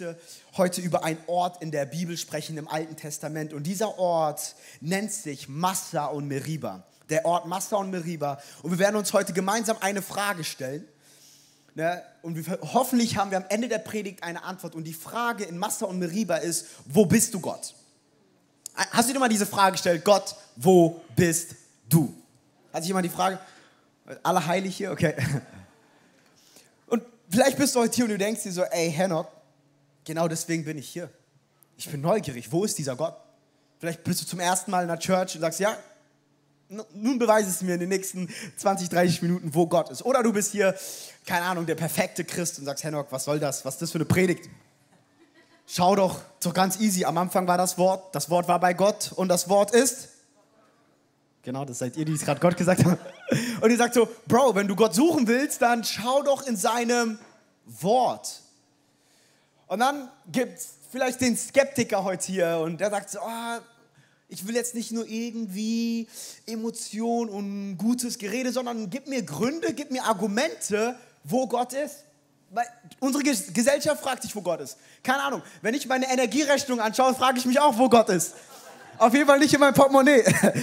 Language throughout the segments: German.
möchte heute über einen Ort in der Bibel sprechen, im Alten Testament. Und dieser Ort nennt sich Massa und Meriba. Der Ort Massa und Meriba. Und wir werden uns heute gemeinsam eine Frage stellen. Ne? Und hoffentlich haben wir am Ende der Predigt eine Antwort. Und die Frage in Massa und Meriba ist, wo bist du, Gott? Hast du dir mal diese Frage gestellt, Gott, wo bist du? Hat sich jemand die Frage? Alle heilig hier? Okay. Und vielleicht bist du heute hier und du denkst dir so, ey Henok, genau deswegen bin ich hier. Ich bin neugierig, wo ist dieser Gott? Vielleicht bist du zum ersten Mal in der Church und sagst, ja, nun beweise es mir in den nächsten 20, 30 Minuten, wo Gott ist. Oder du bist hier, keine Ahnung, der perfekte Christ und sagst, Henok, was soll das? Was ist das für eine Predigt? Schau doch, so ganz easy. Am Anfang war das Wort war bei Gott und das Wort ist? Genau, das seid ihr, die es gerade Gott gesagt haben. Und ihr sagt so, Bro, wenn du Gott suchen willst, dann schau doch in seinem Wort. Und dann gibt es vielleicht den Skeptiker heute hier und der sagt so, ich will jetzt nicht nur irgendwie Emotion und gutes Gerede, sondern gib mir Gründe, gib mir Argumente, wo Gott ist. Weil unsere Gesellschaft fragt sich, wo Gott ist. Keine Ahnung, wenn ich meine Energierechnung anschaue, frage ich mich auch, wo Gott ist. Auf jeden Fall nicht in meinem Portemonnaie.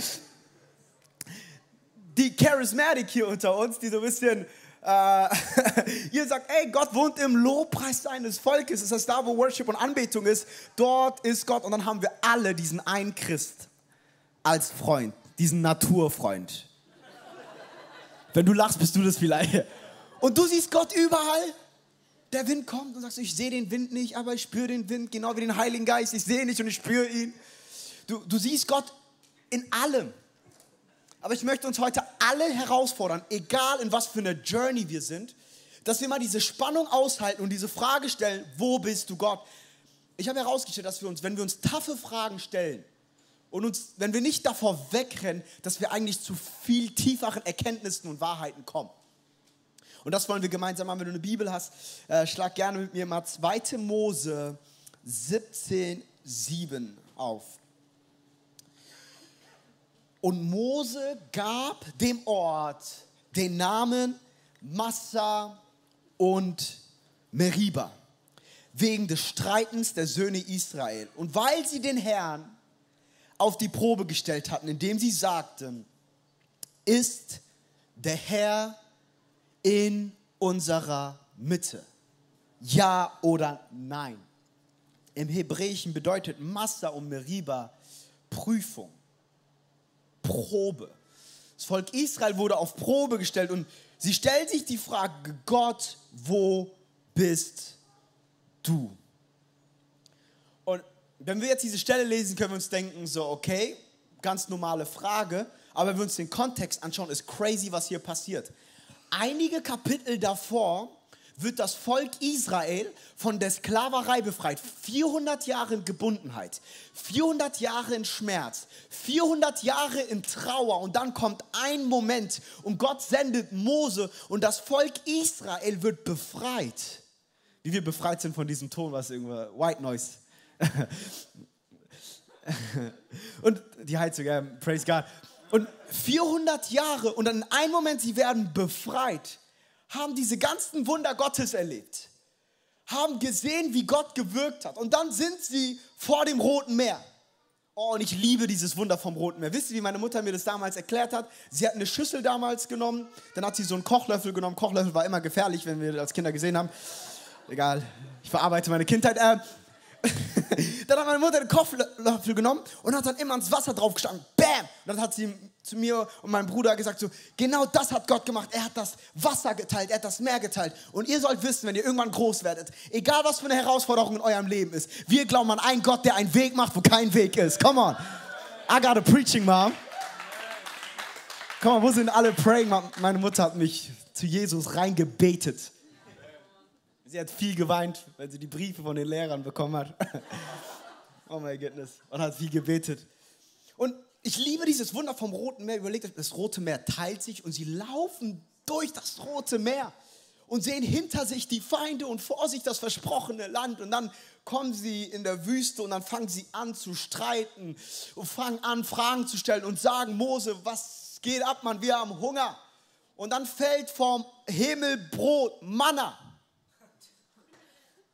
Die Charismatic hier unter uns, die so ein bisschen, ihr sagt, ey, Gott wohnt im Lobpreis seines Volkes. Das heißt, da wo Worship und Anbetung ist, dort ist Gott. Und dann haben wir alle diesen einen Christ als Freund, diesen Naturfreund. Wenn du lachst, bist du das vielleicht. Und du siehst Gott überall. Der Wind kommt und sagst, ich sehe den Wind nicht, aber ich spüre den Wind, genau wie den Heiligen Geist. Ich sehe ihn nicht und ich spüre ihn. Du siehst Gott in allem. Aber ich möchte uns heute alle herausfordern, egal in was für einer Journey wir sind, dass wir mal diese Spannung aushalten und diese Frage stellen, wo bist du, Gott? Ich habe herausgestellt, dass wir uns, wenn wir uns taffe Fragen stellen und wenn wir nicht davor wegrennen, dass wir eigentlich zu viel tieferen Erkenntnissen und Wahrheiten kommen. Und das wollen wir gemeinsam machen. Wenn du eine Bibel hast, schlag gerne mit mir mal 2. Mose 17,7 auf. Und Mose gab dem Ort den Namen Massa und Meriba, wegen des Streitens der Söhne Israel. Und weil sie den Herrn auf die Probe gestellt hatten, indem sie sagten, ist der Herr in unserer Mitte? Ja oder nein? Im Hebräischen bedeutet Massa und Meriba Prüfung, Probe. Das Volk Israel wurde auf Probe gestellt und sie stellt sich die Frage, Gott, wo bist du? Und wenn wir jetzt diese Stelle lesen, können wir uns denken, so okay, ganz normale Frage, aber wenn wir uns den Kontext anschauen, ist crazy, was hier passiert. Einige Kapitel davor wird das Volk Israel von der Sklaverei befreit. 400 Jahre in Gebundenheit, 400 Jahre in Schmerz, 400 Jahre in Trauer. Und dann kommt ein Moment und Gott sendet Mose und das Volk Israel wird befreit. Wie wir befreit sind von diesem Ton, was irgendwo White Noise. Und die Heizung, praise God. Und 400 Jahre und dann in einem Moment, sie werden befreit, haben diese ganzen Wunder Gottes erlebt, haben gesehen, wie Gott gewirkt hat. Und dann sind sie vor dem Roten Meer. Oh, und ich liebe dieses Wunder vom Roten Meer. Wisst ihr, wie meine Mutter mir das damals erklärt hat? Sie hat eine Schüssel damals genommen, dann hat sie so einen Kochlöffel genommen. Kochlöffel war immer gefährlich, wenn wir das als Kinder gesehen haben. Egal, ich verarbeite meine Kindheit. Dann hat meine Mutter den Kochlöffel genommen und hat dann immer ins Wasser draufgestanden. Bam! Und dann hat sie zu mir und meinem Bruder gesagt, so, genau das hat Gott gemacht. Er hat das Wasser geteilt, er hat das Meer geteilt. Und ihr sollt wissen, wenn ihr irgendwann groß werdet, egal was für eine Herausforderung in eurem Leben ist, wir glauben an einen Gott, der einen Weg macht, wo kein Weg ist. Come on. I got a preaching mom. Come on, wo sind alle praying? Meine Mutter hat mich zu Jesus reingebetet. Sie hat viel geweint, weil sie die Briefe von den Lehrern bekommen hat. Oh my goodness. Und hat viel gebetet. Und ich liebe dieses Wunder vom Roten Meer. Überlegt euch, das Rote Meer teilt sich und sie laufen durch das Rote Meer und sehen hinter sich die Feinde und vor sich das versprochene Land. Und dann kommen sie in der Wüste und dann fangen sie an zu streiten und fangen an, Fragen zu stellen und sagen, Mose, was geht ab, Mann? Wir haben Hunger. Und dann fällt vom Himmel Brot, Manna.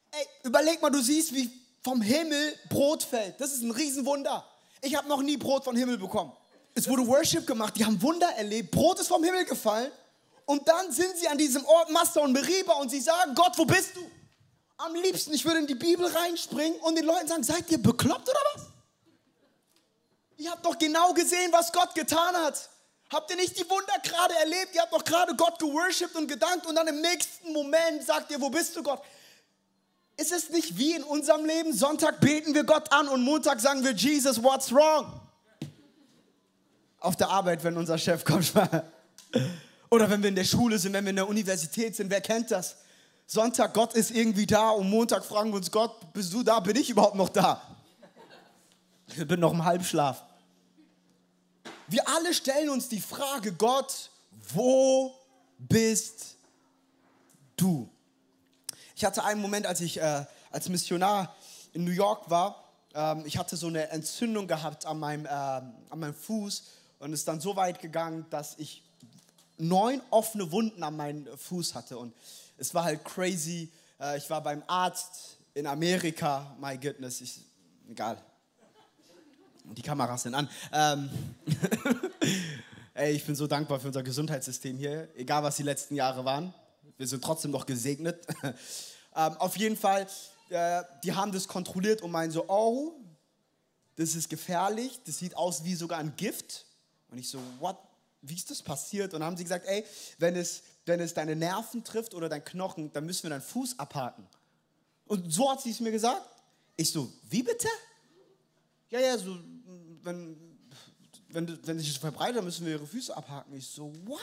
Ey, überleg mal, du siehst, wie vom Himmel Brot fällt. Das ist ein Riesenwunder. Ich habe noch nie Brot vom Himmel bekommen. Es wurde Worship gemacht, die haben Wunder erlebt. Brot ist vom Himmel gefallen. Und dann sind sie an diesem Ort Massa und Meriba und sie sagen, Gott, wo bist du? Am liebsten, ich würde in die Bibel reinspringen und den Leuten sagen, seid ihr bekloppt oder was? Ihr habt doch genau gesehen, was Gott getan hat. Habt ihr nicht die Wunder gerade erlebt? Ihr habt doch gerade Gott geworshipped und gedankt und dann im nächsten Moment sagt ihr, wo bist du, Gott? Ist es nicht wie in unserem Leben? Sonntag beten wir Gott an und Montag sagen wir, Jesus, what's wrong? Auf der Arbeit, wenn unser Chef kommt. Oder wenn wir in der Schule sind, wenn wir in der Universität sind, wer kennt das? Sonntag, Gott ist irgendwie da und Montag fragen wir uns, Gott, bist du da? Bin ich überhaupt noch da? Ich bin noch im Halbschlaf. Wir alle stellen uns die Frage, Gott, wo bist du? Ich hatte einen Moment, als ich als Missionar in New York war, ich hatte so eine Entzündung gehabt an meinem Fuß und es ist dann so weit gegangen, dass ich 9 offene Wunden an meinem Fuß hatte und es war halt crazy. Ich war beim Arzt in Amerika, my goodness, egal. Die Kameras sind an. Ey, ich bin so dankbar für unser Gesundheitssystem hier, egal was die letzten Jahre waren. Wir sind trotzdem noch gesegnet. Auf jeden Fall, die haben das kontrolliert und meinen so, oh, das ist gefährlich, das sieht aus wie sogar ein Gift. Und ich so, what? Wie ist das passiert? Und dann haben sie gesagt, ey, wenn es deine Nerven trifft oder dein Knochen, dann müssen wir deinen Fuß abhaken. Und so hat sie es mir gesagt. Ich so, wie bitte? Ja, so, wenn sich das verbreitet, dann müssen wir ihre Füße abhaken. Ich so, what?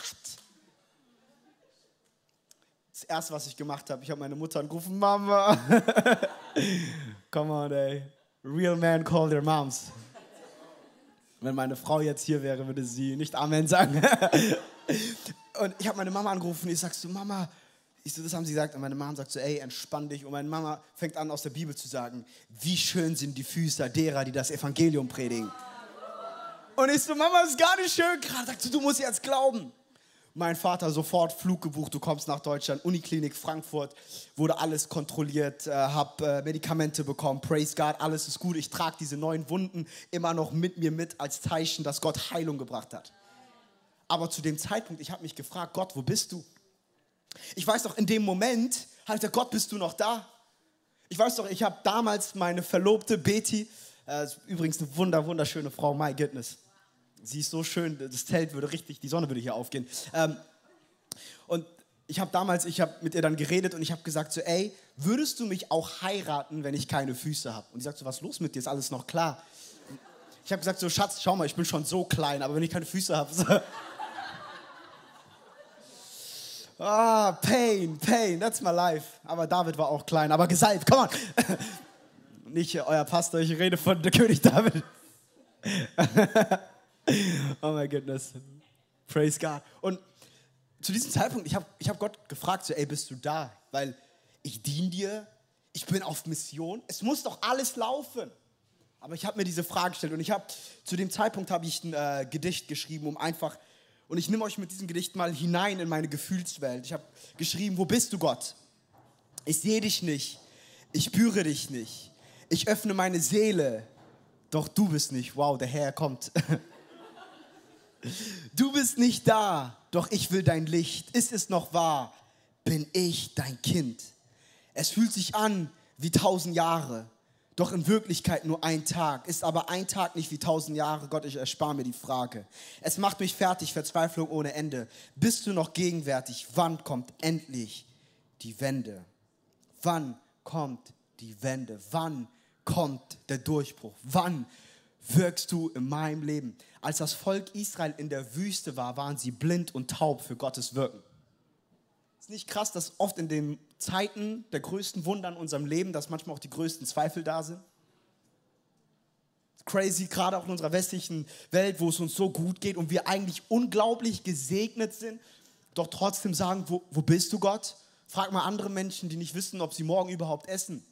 Das Erste, was ich gemacht habe, ich habe meine Mutter angerufen, Mama. Come on, ey. Real men call their moms. Wenn meine Frau jetzt hier wäre, würde sie nicht Amen sagen. Und ich habe meine Mama angerufen, ich sag so, Mama, das haben sie gesagt. Und meine Mama sagt so, ey, entspann dich. Und meine Mama fängt an, aus der Bibel zu sagen, wie schön sind die Füße derer, die das Evangelium predigen. Und ich so, Mama, ist gar nicht schön gerade. Sagt so, du musst jetzt glauben. Mein Vater sofort Flug gebucht, du kommst nach Deutschland, Uniklinik Frankfurt, wurde alles kontrolliert, habe Medikamente bekommen, praise God, alles ist gut. Ich trage diese 9 Wunden immer noch mit mir mit als Zeichen, dass Gott Heilung gebracht hat. Aber zu dem Zeitpunkt, ich habe mich gefragt, Gott, wo bist du? Ich weiß doch, in dem Moment, Alter, Gott, bist du noch da? Ich weiß doch, ich habe damals meine Verlobte Betty, übrigens eine wunderschöne Frau, my goodness. Sie ist so schön, das Zelt würde richtig, die Sonne würde hier aufgehen. Und ich habe mit ihr dann geredet und ich habe gesagt so, ey, würdest du mich auch heiraten, wenn ich keine Füße habe? Und sie sagt so, was ist los mit dir, ist alles noch klar? Ich habe gesagt so, Schatz, schau mal, ich bin schon so klein, aber wenn ich keine Füße habe... So. Pain, that's my life. Aber David war auch klein, aber gesalbt, come on. Nicht euer Pastor, ich rede von der König David. Oh my goodness. Praise God. Und zu diesem Zeitpunkt, ich hab Gott gefragt, so, ey, bist du da? Weil ich diene dir, ich bin auf Mission, es muss doch alles laufen. Aber ich habe mir diese Frage gestellt und zu dem Zeitpunkt habe ich ein Gedicht geschrieben, und ich nehme euch mit diesem Gedicht mal hinein in meine Gefühlswelt. Ich habe geschrieben, wo bist du, Gott? Ich sehe dich nicht, ich spüre dich nicht, ich öffne meine Seele, doch du bist nicht. Wow, der Herr kommt. Du bist nicht da, doch ich will dein Licht. Ist es noch wahr? Bin ich dein Kind? Es fühlt sich an wie 1000 Jahre, doch in Wirklichkeit nur ein Tag. Ist aber ein Tag nicht wie 1000 Jahre? Gott, ich erspare mir die Frage. Es macht mich fertig, Verzweiflung ohne Ende. Bist du noch gegenwärtig? Wann kommt endlich die Wende? Wann kommt die Wende? Wann kommt der Durchbruch? Wann wirkst du in meinem Leben? Als das Volk Israel in der Wüste war, waren sie blind und taub für Gottes Wirken. Ist nicht krass, dass oft in den Zeiten der größten Wunder in unserem Leben, dass manchmal auch die größten Zweifel da sind? Crazy, gerade auch in unserer westlichen Welt, wo es uns so gut geht und wir eigentlich unglaublich gesegnet sind, doch trotzdem sagen, wo bist du, Gott? Frag mal andere Menschen, die nicht wissen, ob sie morgen überhaupt essen.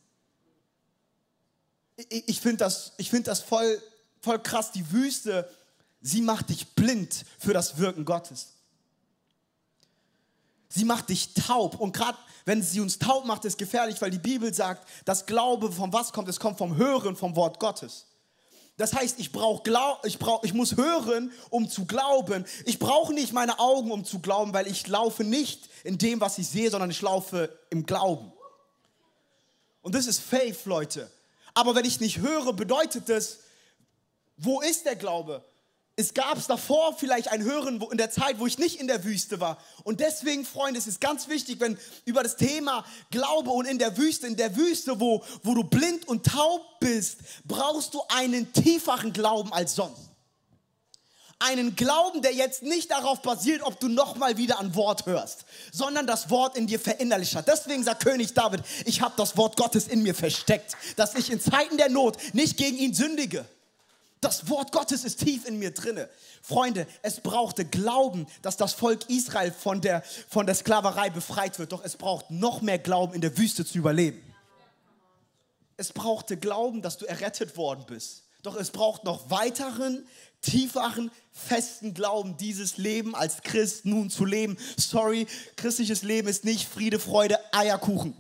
Ich finde das voll krass, die Wüste, sie macht dich blind für das Wirken Gottes. Sie macht dich taub. Und gerade wenn sie uns taub macht, ist gefährlich, weil die Bibel sagt, dass Glaube von was kommt? Es kommt vom Hören, vom Wort Gottes. Das heißt, ich muss hören, um zu glauben. Ich brauche nicht meine Augen, um zu glauben, weil ich laufe nicht in dem, was ich sehe, sondern ich laufe im Glauben. Und das ist Faith, Leute. Aber wenn ich nicht höre, bedeutet das, wo ist der Glaube? Es gab davor vielleicht ein Hören in der Zeit, wo ich nicht in der Wüste war. Und deswegen, Freunde, es ist ganz wichtig, wenn über das Thema Glaube und in der Wüste, wo du blind und taub bist, brauchst du einen tieferen Glauben als sonst. Einen Glauben, der jetzt nicht darauf basiert, ob du nochmal wieder ein Wort hörst, sondern das Wort in dir verinnerlicht hat. Deswegen sagt König David, ich habe das Wort Gottes in mir versteckt, dass ich in Zeiten der Not nicht gegen ihn sündige. Das Wort Gottes ist tief in mir drinne. Freunde, es brauchte Glauben, dass das Volk Israel von der Sklaverei befreit wird. Doch es braucht noch mehr Glauben, in der Wüste zu überleben. Es brauchte Glauben, dass du errettet worden bist. Doch es braucht noch weiteren, tieferen, festen Glauben, dieses Leben als Christ nun zu leben. Sorry, christliches Leben ist nicht Friede, Freude, Eierkuchen.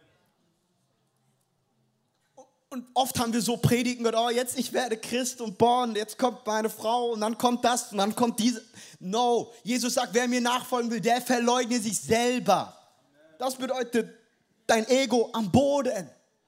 Und oft haben wir so Predigen gehört, oh, jetzt ich werde Christ und born, jetzt kommt meine Frau und dann kommt das und dann kommt diese. No, Jesus sagt, wer mir nachfolgen will, der verleugne sich selber. Das bedeutet, dein Ego am Boden.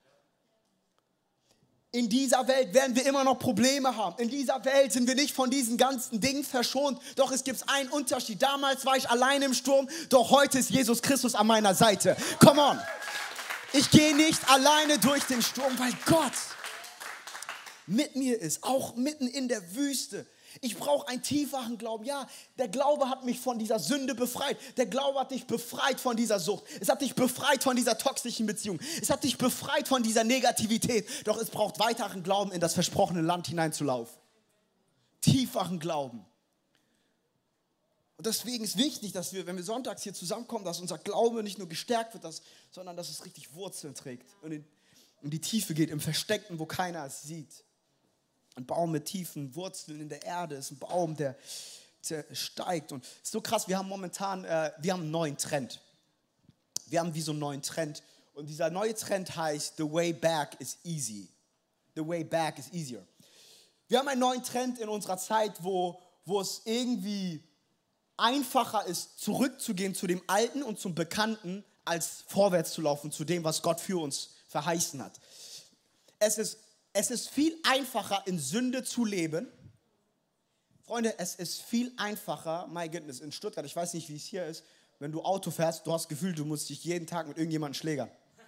In dieser Welt werden wir immer noch Probleme haben. In dieser Welt sind wir nicht von diesen ganzen Dingen verschont. Doch es gibt einen Unterschied. Damals war ich alleine im Sturm, doch heute ist Jesus Christus an meiner Seite. Come on. Ich gehe nicht alleine durch den Sturm, weil Gott mit mir ist, auch mitten in der Wüste. Ich brauche einen tieferen Glauben. Ja, der Glaube hat mich von dieser Sünde befreit. Der Glaube hat dich befreit von dieser Sucht. Es hat dich befreit von dieser toxischen Beziehung. Es hat dich befreit von dieser Negativität. Doch es braucht weiteren Glauben, in das versprochene Land hineinzulaufen. Tieferen Glauben. Und deswegen ist wichtig, dass wir, wenn wir sonntags hier zusammenkommen, dass unser Glaube nicht nur gestärkt wird, sondern dass es richtig Wurzeln trägt und in die Tiefe geht, im Versteckten, wo keiner es sieht. Ein Baum mit tiefen Wurzeln in der Erde ist ein Baum, der steigt. Und es ist so krass, wir haben momentan, wir haben einen neuen Trend. Wir haben wie so einen neuen Trend. Und dieser neue Trend heißt, the way back is easy. The way back is easier. Wir haben einen neuen Trend in unserer Zeit, wo es irgendwie einfacher ist, zurückzugehen zu dem Alten und zum Bekannten, als vorwärts zu laufen zu dem, was Gott für uns verheißen hat. Es ist viel einfacher, in Sünde zu leben. Freunde, es ist viel einfacher, my goodness, in Stuttgart, ich weiß nicht, wie es hier ist, wenn du Auto fährst, du hast das Gefühl, du musst dich jeden Tag mit irgendjemandem schlägern.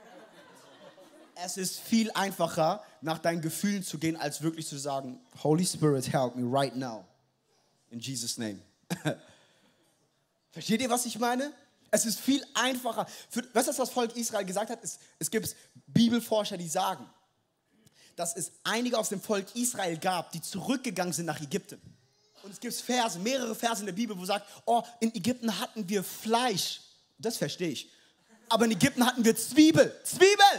Es ist viel einfacher, nach deinen Gefühlen zu gehen, als wirklich zu sagen, Holy Spirit, help me right now. In Jesus' name. Versteht ihr, was ich meine? Es ist viel einfacher. Weißt du, was das Volk Israel gesagt hat? Es gibt Bibelforscher, die sagen, dass es einige aus dem Volk Israel gab, die zurückgegangen sind nach Ägypten. Und es gibt Verse, mehrere Verse in der Bibel, wo sagt, oh, in Ägypten hatten wir Fleisch. Das verstehe ich. Aber in Ägypten hatten wir Zwiebel. Zwiebel!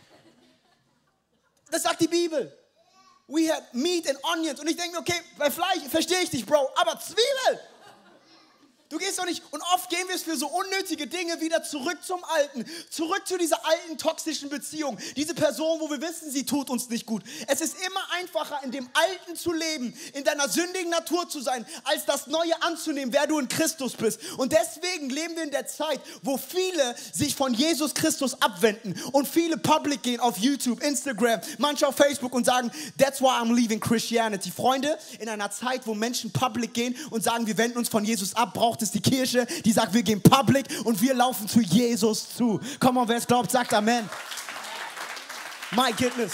Das sagt die Bibel. We had meat and onions. Und ich denke mir, okay, bei Fleisch verstehe ich dich, Bro, aber Zwiebel! Du gehst doch nicht, und oft gehen wir es für so unnötige Dinge wieder zurück zum Alten, zurück zu dieser alten toxischen Beziehung. Diese Person, wo wir wissen, sie tut uns nicht gut. Es ist immer einfacher, in dem Alten zu leben, in deiner sündigen Natur zu sein, als das Neue anzunehmen, wer du in Christus bist. Und deswegen leben wir in der Zeit, wo viele sich von Jesus Christus abwenden und viele public gehen auf YouTube, Instagram, manche auf Facebook und sagen, that's why I'm leaving Christianity. Freunde, in einer Zeit, wo Menschen public gehen und sagen, wir wenden uns von Jesus ab, braucht es die Kirche, die sagt, wir gehen public und wir laufen zu Jesus zu. Komm on, wer es glaubt, sagt Amen. My goodness.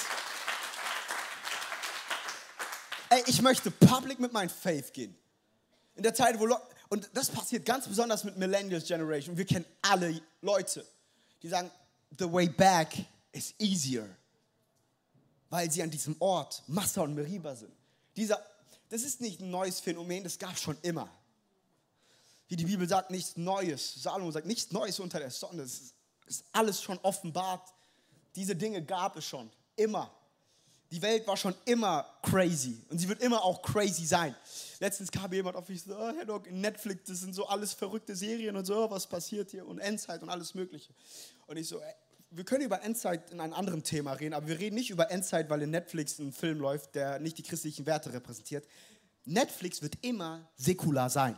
Ey, ich möchte public mit meinem Faith gehen. In der Zeit, und das passiert ganz besonders mit Millennials Generation. Wir kennen alle Leute, die sagen, the way back is easier. Weil sie an diesem Ort, Massa und Meriba sind. Das ist nicht ein neues Phänomen, das gab es schon immer. Wie die Bibel sagt, nichts Neues. Salomo sagt, nichts Neues unter der Sonne. Es ist alles schon offenbart. Diese Dinge gab es schon, immer. Die Welt war schon immer crazy und sie wird immer auch crazy sein. Letztens kam jemand auf mich so, oh, Herr Doc, Netflix, das sind so alles verrückte Serien und so, was passiert hier und Endzeit und alles mögliche. Und ich so, wir können über Endzeit in einem anderen Thema reden, aber wir reden nicht über Endzeit, weil in Netflix ein Film läuft, der nicht die christlichen Werte repräsentiert. Netflix wird immer säkular sein.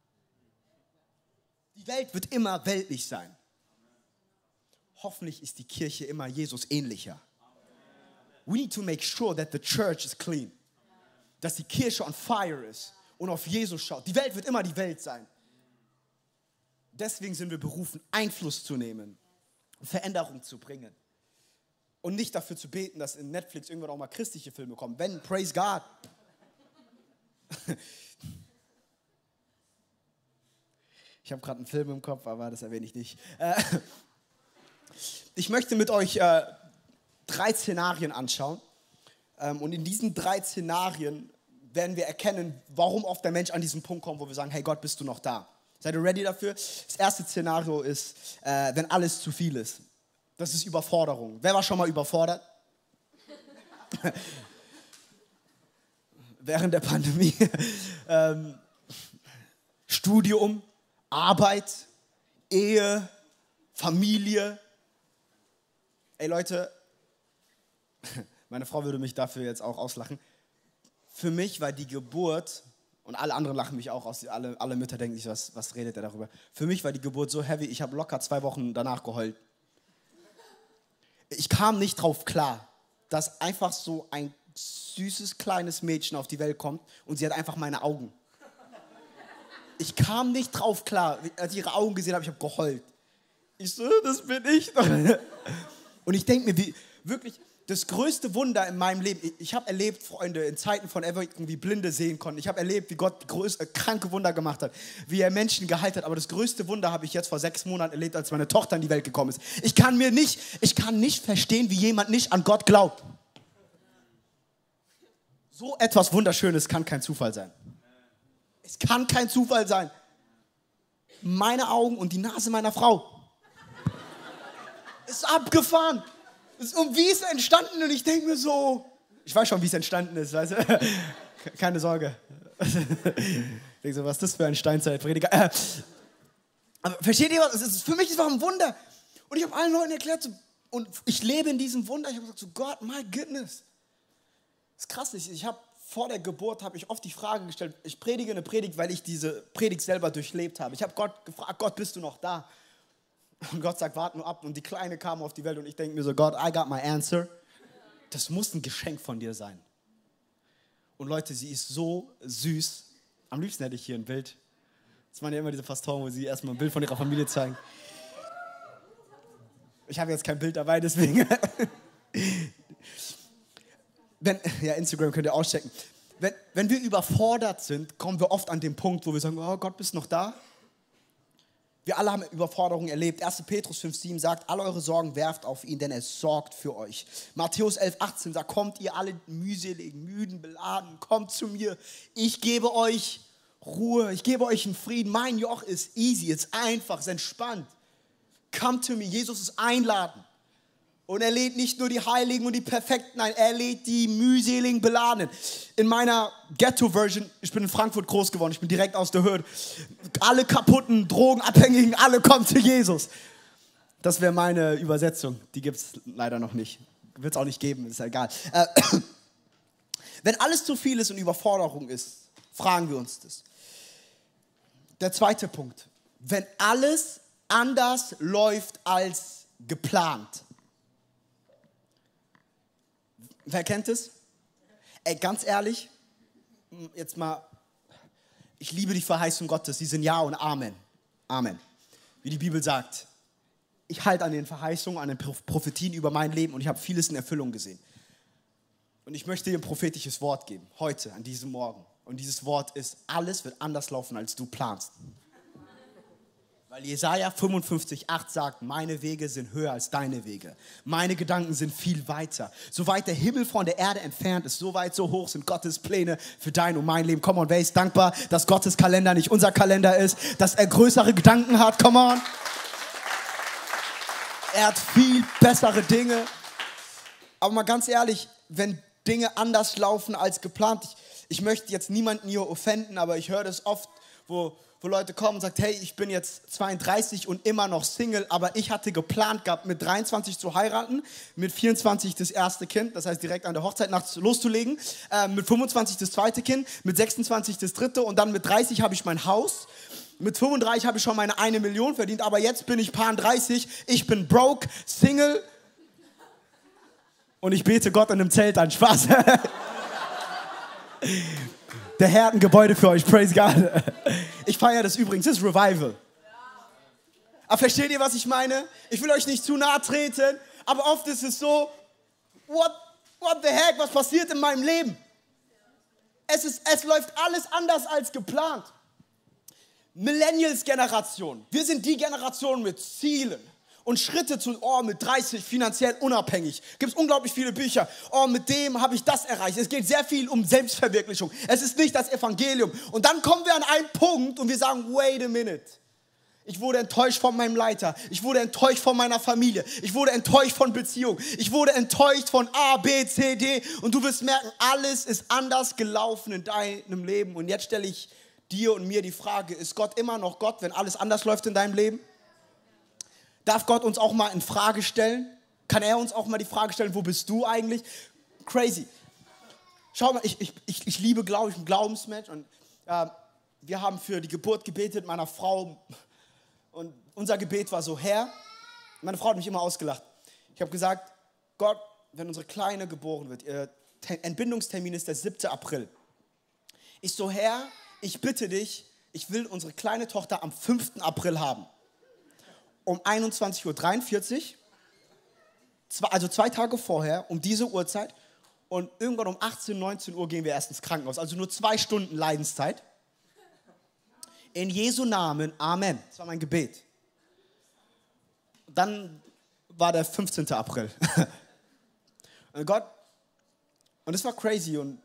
Die Welt wird immer weltlich sein. Hoffentlich ist die Kirche immer Jesus ähnlicher. We need to make sure that the church is clean. Dass die Kirche on fire ist und auf Jesus schaut. Die Welt wird immer die Welt sein. Deswegen sind wir berufen, Einfluss zu nehmen, Veränderung zu bringen. Und nicht dafür zu beten, dass in Netflix irgendwann auch mal christliche Filme kommen. Wenn, praise God. Ich habe gerade einen Film im Kopf, aber das erwähne ich nicht. Ich möchte mit euch 3 Szenarien anschauen. Und in diesen 3 Szenarien werden wir erkennen, warum oft der Mensch an diesen Punkt kommt, wo wir sagen, hey Gott, bist du noch da? Seid ihr ready dafür? Das erste Szenario ist, wenn alles zu viel ist. Das ist Überforderung. Wer war schon mal überfordert? Während der Pandemie. Studium, Arbeit, Ehe, Familie. Ey Leute, meine Frau würde mich dafür jetzt auch auslachen. Für mich war die Geburt, und alle anderen lachen mich auch aus, alle Mütter denken sich, was redet er darüber? Für mich war die Geburt so heavy, ich habe locker 2 Wochen danach geheult. Ich kam nicht drauf klar, dass einfach so ein süßes, kleines Mädchen auf die Welt kommt und sie hat einfach meine Augen. Ich kam nicht drauf klar, als ich ihre Augen gesehen habe, ich habe geheult. Ich so, das bin ich doch. Und ich denke mir, wirklich, das größte Wunder in meinem Leben, ich habe erlebt, Freunde, in Zeiten von Erweckung, wie Blinde sehen konnten. Ich habe erlebt, wie Gott kranke Wunder gemacht hat, wie er Menschen geheilt hat. Aber das größte Wunder habe ich jetzt vor 6 Monaten erlebt, als meine Tochter in die Welt gekommen ist. Ich kann nicht verstehen, wie jemand nicht an Gott glaubt. So etwas Wunderschönes kann kein Zufall sein. Es kann kein Zufall sein. Meine Augen und die Nase meiner Frau. Ist abgefahren. Und wie ist es entstanden? Und ich denke mir so, ich weiß schon, wie es entstanden ist, weißt du? Keine Sorge. Ich denke so, was ist das für ein Steinzeitprediger? Aber versteht ihr was? Für mich ist es ein Wunder. Und ich habe allen Leuten erklärt, so, und ich lebe in diesem Wunder. Ich habe gesagt, so Gott, my goodness. Das ist krass. Ich habe vor der Geburt oft die Frage gestellt, ich predige eine Predigt, weil ich diese Predigt selber durchlebt habe. Ich habe Gott gefragt, Gott, bist du noch da? Und Gott sagt, warte nur ab. Und die Kleine kam auf die Welt und ich denke mir so, Gott, I got my answer. Das muss ein Geschenk von dir sein. Und Leute, sie ist so süß. Am liebsten hätte ich hier ein Bild. Das waren ja immer diese Pastoren, wo sie erstmal ein Bild von ihrer Familie zeigen. Ich habe jetzt kein Bild dabei, deswegen. Instagram könnt ihr auschecken. Wenn wir überfordert sind, kommen wir oft an den Punkt, wo wir sagen, oh Gott, bist du noch da? Wir alle haben Überforderungen erlebt. 1. Petrus 5,7 sagt, alle eure Sorgen werft auf ihn, denn er sorgt für euch. Matthäus 11,18 sagt, kommt ihr alle mühseligen, müden, beladen, kommt zu mir. Ich gebe euch Ruhe, ich gebe euch einen Frieden. Mein Joch ist easy, ist einfach, ist entspannt. Come to me. Jesus ist einladen. Und er lädt nicht nur die Heiligen und die Perfekten ein, er lädt die mühseligen, Beladenen. In meiner Ghetto-Version, ich bin in Frankfurt groß geworden, ich bin direkt aus der Hürde. Alle kaputten, Drogenabhängigen, alle kommen zu Jesus. Das wäre meine Übersetzung, die gibt es leider noch nicht. Wird es auch nicht geben, ist ja egal. Wenn alles zu viel ist und Überforderung ist, fragen wir uns das. Der zweite Punkt, wenn alles anders läuft als geplant. Wer kennt es? Ey, ganz ehrlich, jetzt mal, ich liebe die Verheißung Gottes, die sind Ja und Amen. Amen. Wie die Bibel sagt. Ich halte an den Verheißungen, an den Prophetien über mein Leben und ich habe vieles in Erfüllung gesehen. Und ich möchte dir ein prophetisches Wort geben, heute, an diesem Morgen. Und dieses Wort ist, alles wird anders laufen, als du planst. Weil Jesaja 55,8 sagt, meine Wege sind höher als deine Wege. Meine Gedanken sind viel weiter. So weit der Himmel von der Erde entfernt ist, so weit, so hoch sind Gottes Pläne für dein und mein Leben. Come on, wer ist dankbar, dass Gottes Kalender nicht unser Kalender ist, dass er größere Gedanken hat? Come on. Er hat viel bessere Dinge. Aber mal ganz ehrlich, wenn Dinge anders laufen als geplant. Ich möchte jetzt niemanden hier offenden, aber ich höre das oft, wo Leute kommen und sagen, hey, ich bin jetzt 32 und immer noch Single, aber ich hatte geplant gehabt, mit 23 zu heiraten, mit 24 das erste Kind, das heißt direkt an der Hochzeit nachts loszulegen, mit 25 das zweite Kind, mit 26 das dritte und dann mit 30 habe ich mein Haus. Mit 35 habe ich schon meine 1 Million verdient, aber jetzt bin ich paar 30, ich bin broke, Single und ich bete Gott in einem Zelt an. Spaß. Der Herr hat ein Gebäude für euch, praise God. Ich feiere das übrigens, das ist Revival. Aber versteht ihr, was ich meine? Ich will euch nicht zu nahe treten, aber oft ist es so, what the heck, was passiert in meinem Leben? Es läuft alles anders als geplant. Millennials-Generation, wir sind die Generation mit Zielen. Und Schritte zu, mit 30 finanziell unabhängig. Gibt es unglaublich viele Bücher. Mit dem habe ich das erreicht. Es geht sehr viel um Selbstverwirklichung. Es ist nicht das Evangelium. Und dann kommen wir an einen Punkt und wir sagen, wait a minute. Ich wurde enttäuscht von meinem Leiter. Ich wurde enttäuscht von meiner Familie. Ich wurde enttäuscht von Beziehungen. Ich wurde enttäuscht von A, B, C, D. Und du wirst merken, alles ist anders gelaufen in deinem Leben. Und jetzt stelle ich dir und mir die Frage, ist Gott immer noch Gott, wenn alles anders läuft in deinem Leben? Darf Gott uns auch mal in Frage stellen? Kann er uns auch mal die Frage stellen, wo bist du eigentlich? Crazy. Schau mal, ich liebe Glauben, ich bin ein Glaubensmensch und wir haben für die Geburt gebetet meiner Frau und unser Gebet war so, Herr, meine Frau hat mich immer ausgelacht. Ich habe gesagt, Gott, wenn unsere Kleine geboren wird, ihr Entbindungstermin ist der 7. April. Ich so, Herr, ich bitte dich, ich will unsere kleine Tochter am 5. April haben. Um 21:43 Uhr, also 2 Tage vorher, um diese Uhrzeit. Und irgendwann um 18, 19 Uhr gehen wir erst ins Krankenhaus. Also nur 2 Stunden Leidenszeit. In Jesu Namen, Amen. Das war mein Gebet. Dann war der 15. April. Und Gott, und es war crazy. Und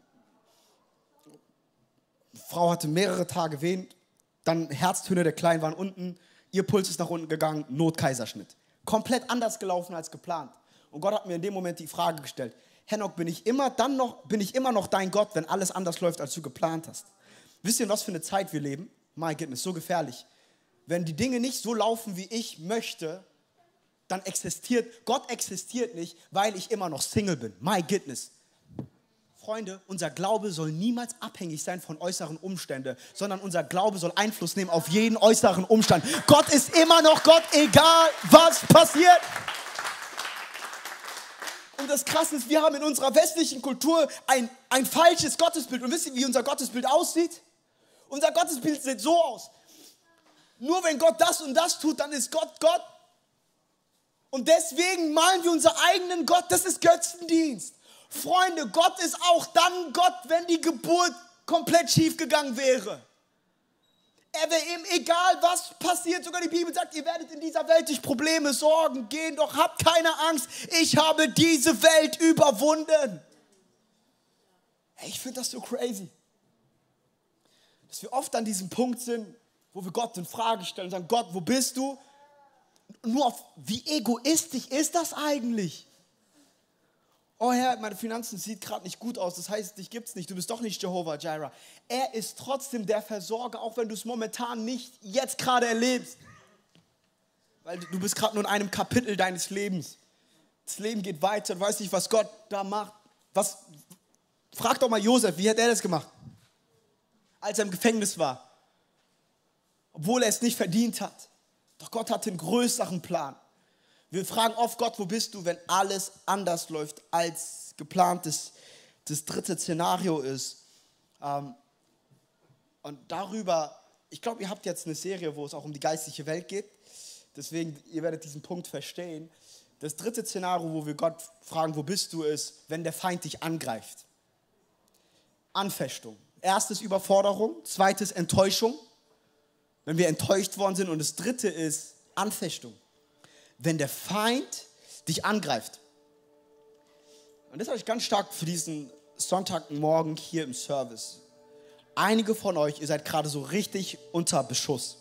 die Frau hatte mehrere Tage Wehen. Dann Herztöne der Kleinen waren unten. Ihr Puls ist nach unten gegangen, Notkaiserschnitt. Komplett anders gelaufen als geplant. Und Gott hat mir in dem Moment die Frage gestellt, Henok, bin ich immer noch dein Gott, wenn alles anders läuft, als du geplant hast? Wisst ihr, in was für eine Zeit wir leben? My goodness, so gefährlich. Wenn die Dinge nicht so laufen, wie ich möchte, dann Gott existiert nicht, weil ich immer noch Single bin. My goodness. Freunde, unser Glaube soll niemals abhängig sein von äußeren Umständen, sondern unser Glaube soll Einfluss nehmen auf jeden äußeren Umstand. Gott ist immer noch Gott, egal was passiert. Und das Krasse ist, wir haben in unserer westlichen Kultur ein falsches Gottesbild. Und wisst ihr, wie unser Gottesbild aussieht? Unser Gottesbild sieht so aus. Nur wenn Gott das und das tut, dann ist Gott Gott. Und deswegen malen wir unseren eigenen Gott. Das ist Götzendienst. Freunde, Gott ist auch dann Gott, wenn die Geburt komplett schief gegangen wäre. Er wäre ihm egal, was passiert. Sogar die Bibel sagt, ihr werdet in dieser Welt durch Probleme, Sorgen gehen, doch habt keine Angst. Ich habe diese Welt überwunden. Hey, ich finde das so crazy. Dass wir oft an diesem Punkt sind, wo wir Gott in Frage stellen und sagen, Gott, wo bist du? Nur auf, wie egoistisch ist das eigentlich? Oh Herr, meine Finanzen sieht gerade nicht gut aus, das heißt, dich gibt's nicht, du bist doch nicht Jehovah Jireh. Er ist trotzdem der Versorger, auch wenn du es momentan nicht jetzt gerade erlebst. Weil du bist gerade nur in einem Kapitel deines Lebens. Das Leben geht weiter, du weißt nicht, was Gott da macht. Frag doch mal Josef, wie hat er das gemacht? Als er im Gefängnis war. Obwohl er es nicht verdient hat. Doch Gott hatte einen größeren Plan. Wir fragen oft Gott, wo bist du, wenn alles anders läuft als geplant. Das dritte Szenario ist. Und darüber, ich glaube, ihr habt jetzt eine Serie, wo es auch um die geistliche Welt geht. Deswegen, ihr werdet diesen Punkt verstehen. Das dritte Szenario, wo wir Gott fragen, wo bist du, ist, wenn der Feind dich angreift. Anfechtung. Erstes Überforderung, zweites Enttäuschung, wenn wir enttäuscht worden sind. Und das dritte ist Anfechtung. Wenn der Feind dich angreift. Und das habe ich ganz stark für diesen Sonntagmorgen hier im Service. Einige von euch, ihr seid gerade so richtig unter Beschuss.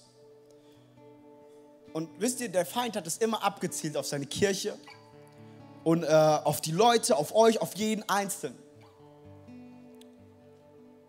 Und wisst ihr, der Feind hat es immer abgezielt auf seine Kirche und auf die Leute, auf euch, auf jeden Einzelnen.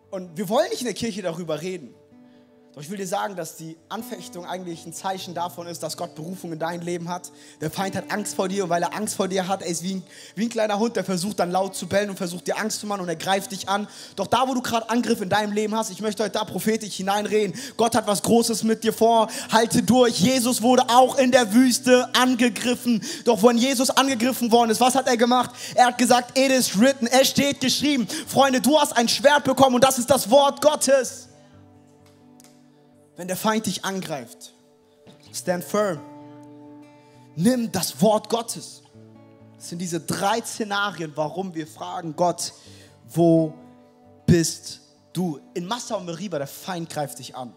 Und wir wollen nicht in der Kirche darüber reden. Doch ich will dir sagen, dass die Anfechtung eigentlich ein Zeichen davon ist, dass Gott Berufung in dein Leben hat. Der Feind hat Angst vor dir und weil er Angst vor dir hat, er ist wie ein kleiner Hund, der versucht dann laut zu bellen und versucht dir Angst zu machen und er greift dich an. Doch da, wo du gerade Angriff in deinem Leben hast, ich möchte heute da prophetisch hineinreden. Gott hat was Großes mit dir vor, halte durch. Jesus wurde auch in der Wüste angegriffen. Doch wenn Jesus angegriffen worden ist, was hat er gemacht? Er hat gesagt, it is written, es steht geschrieben. Freunde, du hast ein Schwert bekommen und das ist das Wort Gottes. Wenn der Feind dich angreift, stand firm. Nimm das Wort Gottes. Das sind diese 3 Szenarien, warum wir fragen, Gott, wo bist du? In Massa und Meriba, der Feind greift dich an.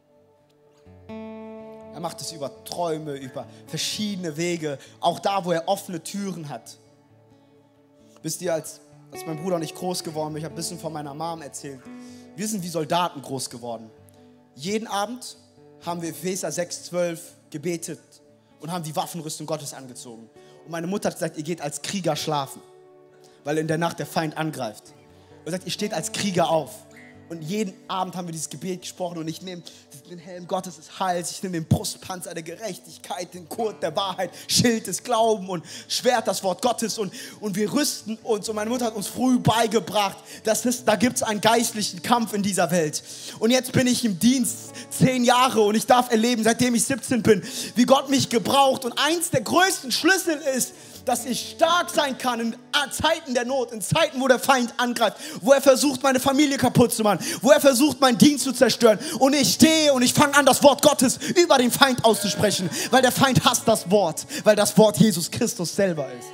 Er macht es über Träume, über verschiedene Wege, auch da, wo er offene Türen hat. Wisst ihr, als mein Bruder und ich groß geworden bin, ich habe ein bisschen von meiner Mom erzählt, wir sind wie Soldaten groß geworden. Jeden Abend haben wir Epheser 6,12 gebetet und haben die Waffenrüstung Gottes angezogen. Und meine Mutter hat gesagt, ihr geht als Krieger schlafen, weil in der Nacht der Feind angreift. Und sagt, ihr steht als Krieger auf. Und jeden Abend haben wir dieses Gebet gesprochen und ich nehme den Helm Gottes des Heils, ich nehme den Brustpanzer der Gerechtigkeit, den Gurt der Wahrheit, Schild des Glaubens und Schwert, das Wort Gottes und wir rüsten uns. Und meine Mutter hat uns früh beigebracht, da gibt es einen geistlichen Kampf in dieser Welt. Und jetzt bin ich im Dienst 10 Jahre und ich darf erleben, seitdem ich 17 bin, wie Gott mich gebraucht. Und eins der größten Schlüssel ist, dass ich stark sein kann in Zeiten der Not, in Zeiten, wo der Feind angreift, wo er versucht, meine Familie kaputt zu machen, wo er versucht, meinen Dienst zu zerstören. Und ich stehe und ich fange an, das Wort Gottes über den Feind auszusprechen, weil der Feind hasst das Wort, weil das Wort Jesus Christus selber ist.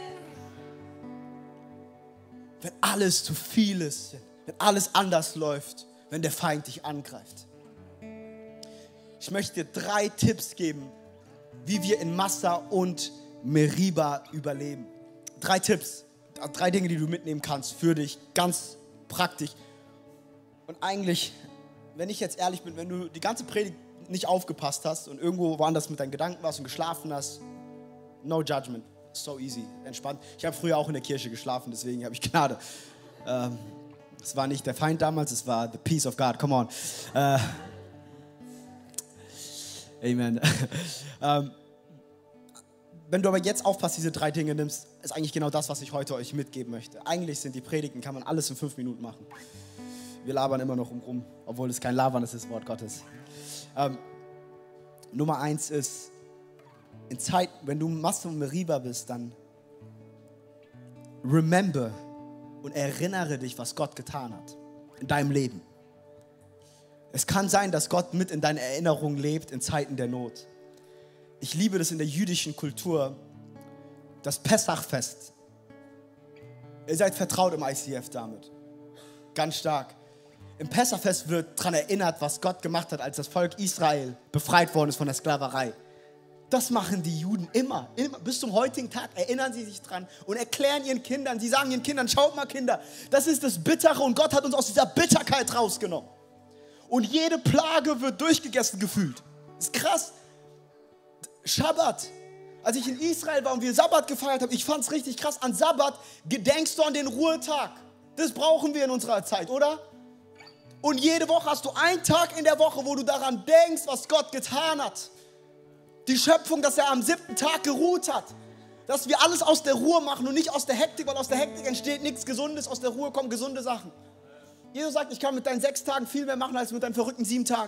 Wenn alles zu viel ist, wenn alles anders läuft, wenn der Feind dich angreift. Ich möchte dir 3 Tipps geben, wie wir in Massa und Meriba überleben. 3 Tipps, 3 Dinge, die du mitnehmen kannst für dich, ganz praktisch. Und eigentlich, wenn ich jetzt ehrlich bin, wenn du die ganze Predigt nicht aufgepasst hast und irgendwo woanders mit deinen Gedanken warst und geschlafen hast, no judgment, so easy, entspannt. Ich habe früher auch in der Kirche geschlafen, deswegen habe ich Gnade. Es war nicht der Feind damals, es war the peace of God, come on. Amen. Wenn du aber jetzt aufpasst, diese 3 Dinge nimmst, ist eigentlich genau das, was ich heute euch mitgeben möchte. Eigentlich sind die Predigten, kann man alles in 5 Minuten machen. Wir labern immer noch rum, obwohl es kein Labern ist, das Wort Gottes. Nummer 1 ist, in Zeit, wenn du Massa und Meriba bist, dann remember und erinnere dich, was Gott getan hat in deinem Leben. Es kann sein, dass Gott mit in deiner Erinnerung lebt in Zeiten der Not. Ich liebe das in der jüdischen Kultur, das Pessachfest. Ihr seid vertraut im ICF damit. Ganz stark. Im Pessachfest wird daran erinnert, was Gott gemacht hat, als das Volk Israel befreit worden ist von der Sklaverei. Das machen die Juden immer. Bis zum heutigen Tag erinnern sie sich dran und erklären ihren Kindern, sie sagen ihren Kindern, schaut mal Kinder, das ist das Bittere und Gott hat uns aus dieser Bitterkeit rausgenommen. Und jede Plage wird durchgegessen gefühlt. Das ist krass. Schabbat. Als ich in Israel war und wir Sabbat gefeiert haben, ich fand es richtig krass. An Sabbat gedenkst du an den Ruhetag. Das brauchen wir in unserer Zeit, oder? Und jede Woche hast du einen Tag in der Woche, wo du daran denkst, was Gott getan hat. Die Schöpfung, dass er am 7. Tag geruht hat. Dass wir alles aus der Ruhe machen und nicht aus der Hektik, weil aus der Hektik entsteht nichts Gesundes, aus der Ruhe kommen gesunde Sachen. Jesus sagt, ich kann mit deinen 6 Tagen viel mehr machen, als mit deinen verrückten 7 Tagen.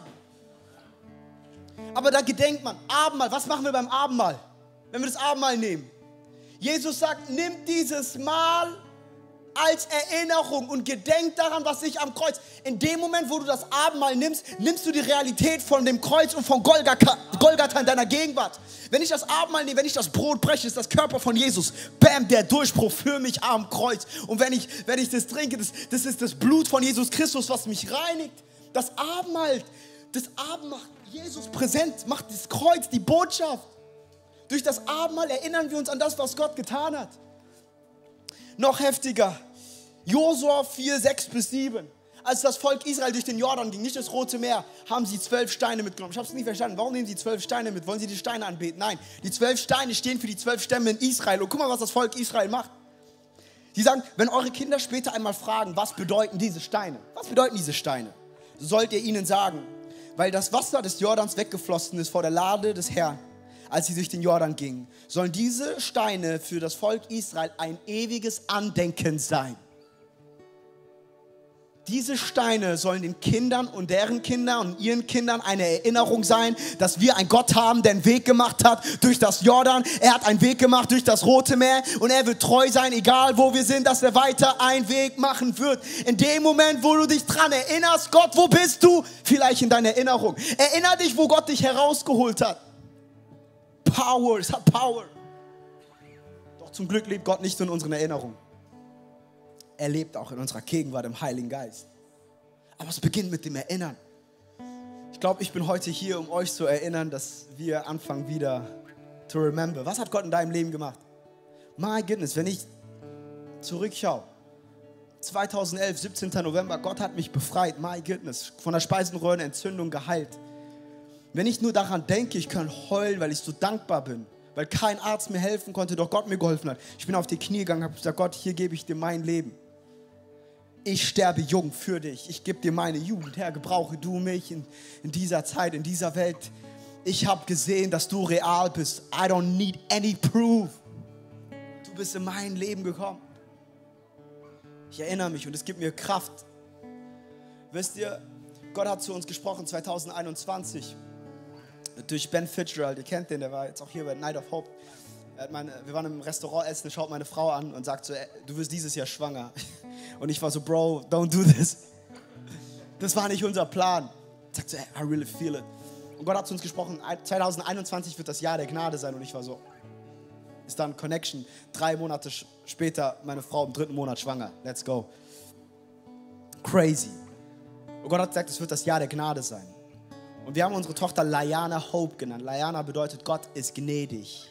Aber da gedenkt man, Abendmahl, was machen wir beim Abendmahl, wenn wir das Abendmahl nehmen? Jesus sagt, nimm dieses Mahl als Erinnerung und gedenkt daran, was ich am Kreuz. In dem Moment, wo du das Abendmahl nimmst, nimmst du die Realität von dem Kreuz und von Golgatha in deiner Gegenwart. Wenn ich das Abendmahl nehme, wenn ich das Brot breche, ist das Körper von Jesus. Bam, der Durchbruch für mich am Kreuz. Und wenn ich das trinke, das ist das Blut von Jesus Christus, was mich reinigt. Das Abendmahl macht Jesus präsent, macht das Kreuz, die Botschaft. Durch das Abendmahl erinnern wir uns an das, was Gott getan hat. Noch heftiger. Josua 4, 6-7. Als das Volk Israel durch den Jordan ging, nicht das Rote Meer, haben sie 12 Steine mitgenommen. Ich habe es nicht verstanden. Warum nehmen sie 12 Steine mit? Wollen sie die Steine anbeten? Nein, die 12 Steine stehen für die 12 Stämme in Israel. Und guck mal, was das Volk Israel macht. Die sagen, wenn eure Kinder später einmal fragen, was bedeuten diese Steine? Was bedeuten diese Steine? Sollt ihr ihnen sagen, weil das Wasser des Jordans weggeflossen ist vor der Lade des Herrn, als sie durch den Jordan gingen, sollen diese Steine für das Volk Israel ein ewiges Andenken sein. Diese Steine sollen den Kindern und deren Kindern und ihren Kindern eine Erinnerung sein, dass wir einen Gott haben, der einen Weg gemacht hat durch das Jordan. Er hat einen Weg gemacht durch das Rote Meer und er wird treu sein, egal wo wir sind, dass er weiter einen Weg machen wird. In dem Moment, wo du dich dran erinnerst, Gott, wo bist du? Vielleicht in deiner Erinnerung. Erinner dich, wo Gott dich herausgeholt hat. Power, es hat Power. Doch zum Glück lebt Gott nicht in unseren Erinnerungen. Er lebt auch in unserer Gegenwart im Heiligen Geist. Aber es beginnt mit dem Erinnern. Ich glaube, ich bin heute hier, um euch zu erinnern, dass wir anfangen wieder to remember. Was hat Gott in deinem Leben gemacht? My goodness, wenn ich zurückschaue. 2011, 17. November, Gott hat mich befreit. My goodness, von der Speisenröhrenentzündung geheilt. Wenn ich nur daran denke, ich kann heulen, weil ich so dankbar bin. Weil kein Arzt mir helfen konnte, doch Gott mir geholfen hat. Ich bin auf die Knie gegangen und habe gesagt, Gott, hier gebe ich dir mein Leben. Ich sterbe jung für dich. Ich gebe dir meine Jugend. Herr, gebrauche du mich in dieser Zeit, in dieser Welt. Ich habe gesehen, dass du real bist. I don't need any proof. Du bist in mein Leben gekommen. Ich erinnere mich und es gibt mir Kraft. Wisst ihr, Gott hat zu uns gesprochen 2021 durch Ben Fitzgerald. Ihr kennt den, der war jetzt auch hier bei Night of Hope. Wir waren im Restaurant essen, schaut meine Frau an und sagt so, du wirst dieses Jahr schwanger. Und ich war so, Bro, don't do this. Das war nicht unser Plan. Sagt so, I really feel it. Und Gott hat zu uns gesprochen, 2021 wird das Jahr der Gnade sein. Und ich war so, ist dann Connection. 3 Monate später, meine Frau im 3. Monat schwanger. Let's go. Crazy. Und Gott hat gesagt, es wird das Jahr der Gnade sein. Und wir haben unsere Tochter Liana Hope genannt. Liana bedeutet, Gott ist gnädig.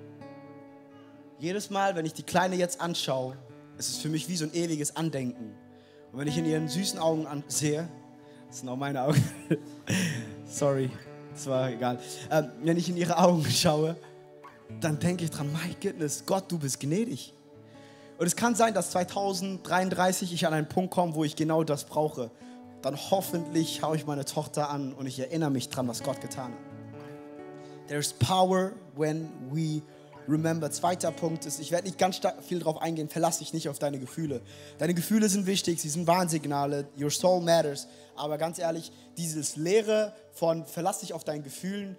Jedes Mal, wenn ich die Kleine jetzt anschaue, ist es für mich wie so ein ewiges Andenken. Und wenn ich in ihren süßen Augen sehe, das sind auch meine Augen, sorry, das war egal. Wenn ich in ihre Augen schaue, dann denke ich dran, my goodness, Gott, du bist gnädig. Und es kann sein, dass 2033 ich an einen Punkt komme, wo ich genau das brauche. Dann hoffentlich schaue ich meine Tochter an und ich erinnere mich dran, was Gott getan hat. There's power when we remember. 2. Punkt ist, ich werde nicht ganz viel drauf eingehen, verlass dich nicht auf deine Gefühle. Deine Gefühle sind wichtig, sie sind Warnsignale, your soul matters. Aber ganz ehrlich, dieses Leere von verlass dich auf deinen Gefühlen,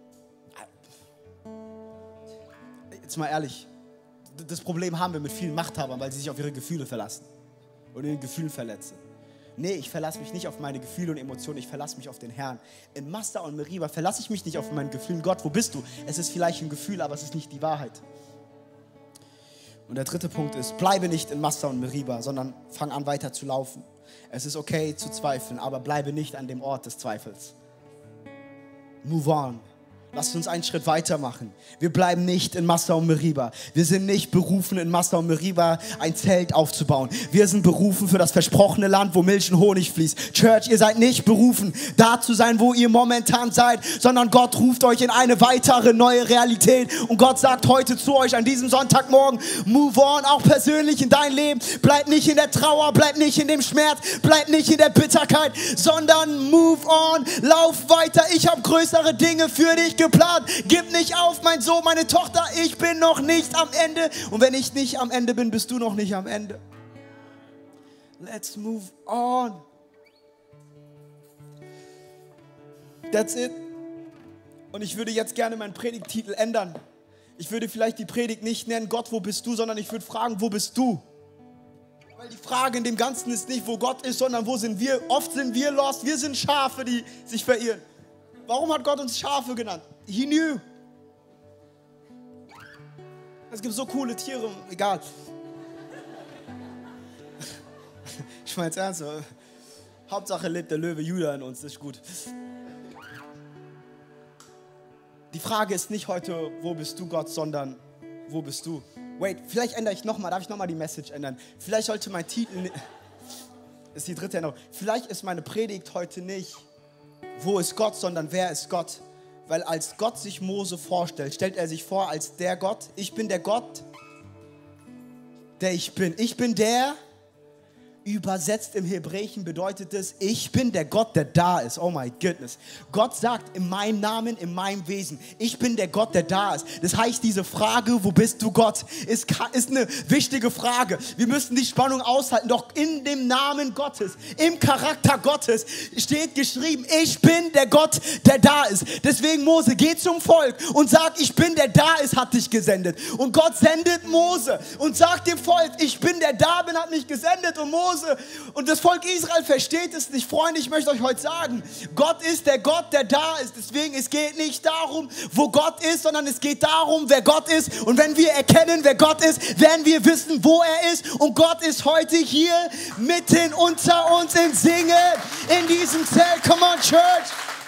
jetzt mal ehrlich, das Problem haben wir mit vielen Machthabern, weil sie sich auf ihre Gefühle verlassen und in den Gefühlen verletzen. Nee, ich verlasse mich nicht auf meine Gefühle und Emotionen, ich verlasse mich auf den Herrn. In Massa und Meriba verlasse ich mich nicht auf meine Gefühle. Gott, wo bist du? Es ist vielleicht ein Gefühl, aber es ist nicht die Wahrheit. Und der 3. Punkt ist, bleibe nicht in Massa und Meriba, sondern fang an weiter zu laufen. Es ist okay zu zweifeln, aber bleibe nicht an dem Ort des Zweifels. Move on. Lasst uns einen Schritt weitermachen. Wir bleiben nicht in Massa und Meriba. Wir sind nicht berufen, in Massa und Meriba ein Zelt aufzubauen. Wir sind berufen für das versprochene Land, wo Milch und Honig fließt. Church, ihr seid nicht berufen, da zu sein, wo ihr momentan seid, sondern Gott ruft euch in eine weitere, neue Realität. Und Gott sagt heute zu euch an diesem Sonntagmorgen, move on, auch persönlich in dein Leben. Bleib nicht in der Trauer, bleib nicht in dem Schmerz, bleib nicht in der Bitterkeit, sondern move on, lauf weiter. Ich habe größere Dinge für dich geplant. Gib nicht auf, mein Sohn, meine Tochter, ich bin noch nicht am Ende. Und wenn ich nicht am Ende bin, bist du noch nicht am Ende. Let's move on. That's it. Und ich würde jetzt gerne meinen Predigttitel ändern. Ich würde vielleicht die Predigt nicht nennen, Gott, wo bist du, sondern ich würde fragen, wo bist du? Weil die Frage in dem Ganzen ist nicht, wo Gott ist, sondern wo sind wir? Oft sind wir lost, wir sind Schafe, die sich verirren. Warum hat Gott uns Schafe genannt? He knew. Es gibt so coole Tiere, egal. Ich meine jetzt ernst, Hauptsache lebt der Löwe Judah in uns, das ist gut. Die Frage ist nicht heute, wo bist du Gott, sondern wo bist du? Wait, vielleicht ändere ich nochmal, darf ich nochmal die Message ändern? Vielleicht sollte mein Titel, ist die 3. Änderung, vielleicht ist meine Predigt heute nicht, wo ist Gott, sondern wer ist Gott? Weil als Gott sich Mose vorstellt, stellt er sich vor als der Gott. Ich bin der Gott, der ich bin. Ich bin der, übersetzt im Hebräischen bedeutet es, ich bin der Gott, der da ist. Oh my goodness. Gott sagt in meinem Namen, in meinem Wesen, ich bin der Gott, der da ist. Das heißt, diese Frage, wo bist du Gott, ist eine wichtige Frage. Wir müssen die Spannung aushalten. Doch in dem Namen Gottes, im Charakter Gottes steht geschrieben, ich bin der Gott, der da ist. Deswegen Mose, geh zum Volk und sag, ich bin der da ist, hat dich gesendet. Und Gott sendet Mose und sagt dem Volk, ich bin der da bin, hat mich gesendet. Und Mose und das Volk Israel versteht es nicht. Freunde, ich möchte euch heute sagen, Gott ist der Gott, der da ist. Deswegen, es geht nicht darum, wo Gott ist, sondern es geht darum, wer Gott ist. Und wenn wir erkennen, wer Gott ist, werden wir wissen, wo er ist. Und Gott ist heute hier mitten unter uns in Singen, in diesem Zelt. Come on, Church.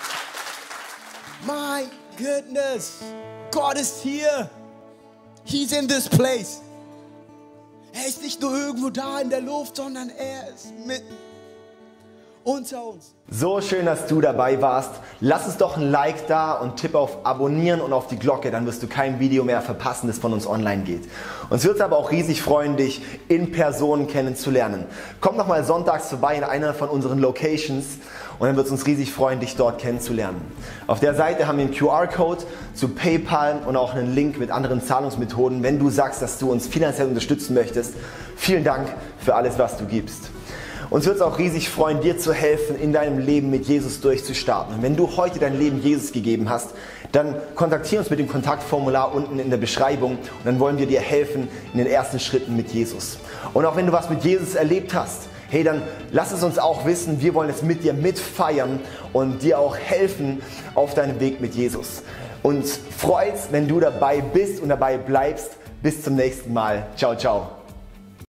My goodness. Gott ist hier. He's in this place. Er ist nicht nur irgendwo da in der Luft, sondern er ist mitten unter uns. So schön, dass du dabei warst. Lass uns doch ein Like da und tipp auf Abonnieren und auf die Glocke, dann wirst du kein Video mehr verpassen, das von uns online geht. Uns wird es aber auch riesig freuen, dich in Person kennenzulernen. Komm doch mal sonntags vorbei in einer von unseren Locations und dann wird es uns riesig freuen, dich dort kennenzulernen. Auf der Seite haben wir einen QR-Code zu PayPal und auch einen Link mit anderen Zahlungsmethoden, wenn du sagst, dass du uns finanziell unterstützen möchtest. Vielen Dank für alles, was du gibst. Uns wird es auch riesig freuen, dir zu helfen, in deinem Leben mit Jesus durchzustarten. Und wenn du heute dein Leben Jesus gegeben hast, dann kontaktiere uns mit dem Kontaktformular unten in der Beschreibung und dann wollen wir dir helfen in den ersten Schritten mit Jesus. Und auch wenn du was mit Jesus erlebt hast, hey, dann lass es uns auch wissen, wir wollen es mit dir mitfeiern und dir auch helfen auf deinem Weg mit Jesus. Uns freut's, wenn du dabei bist und dabei bleibst. Bis zum nächsten Mal. Ciao, ciao.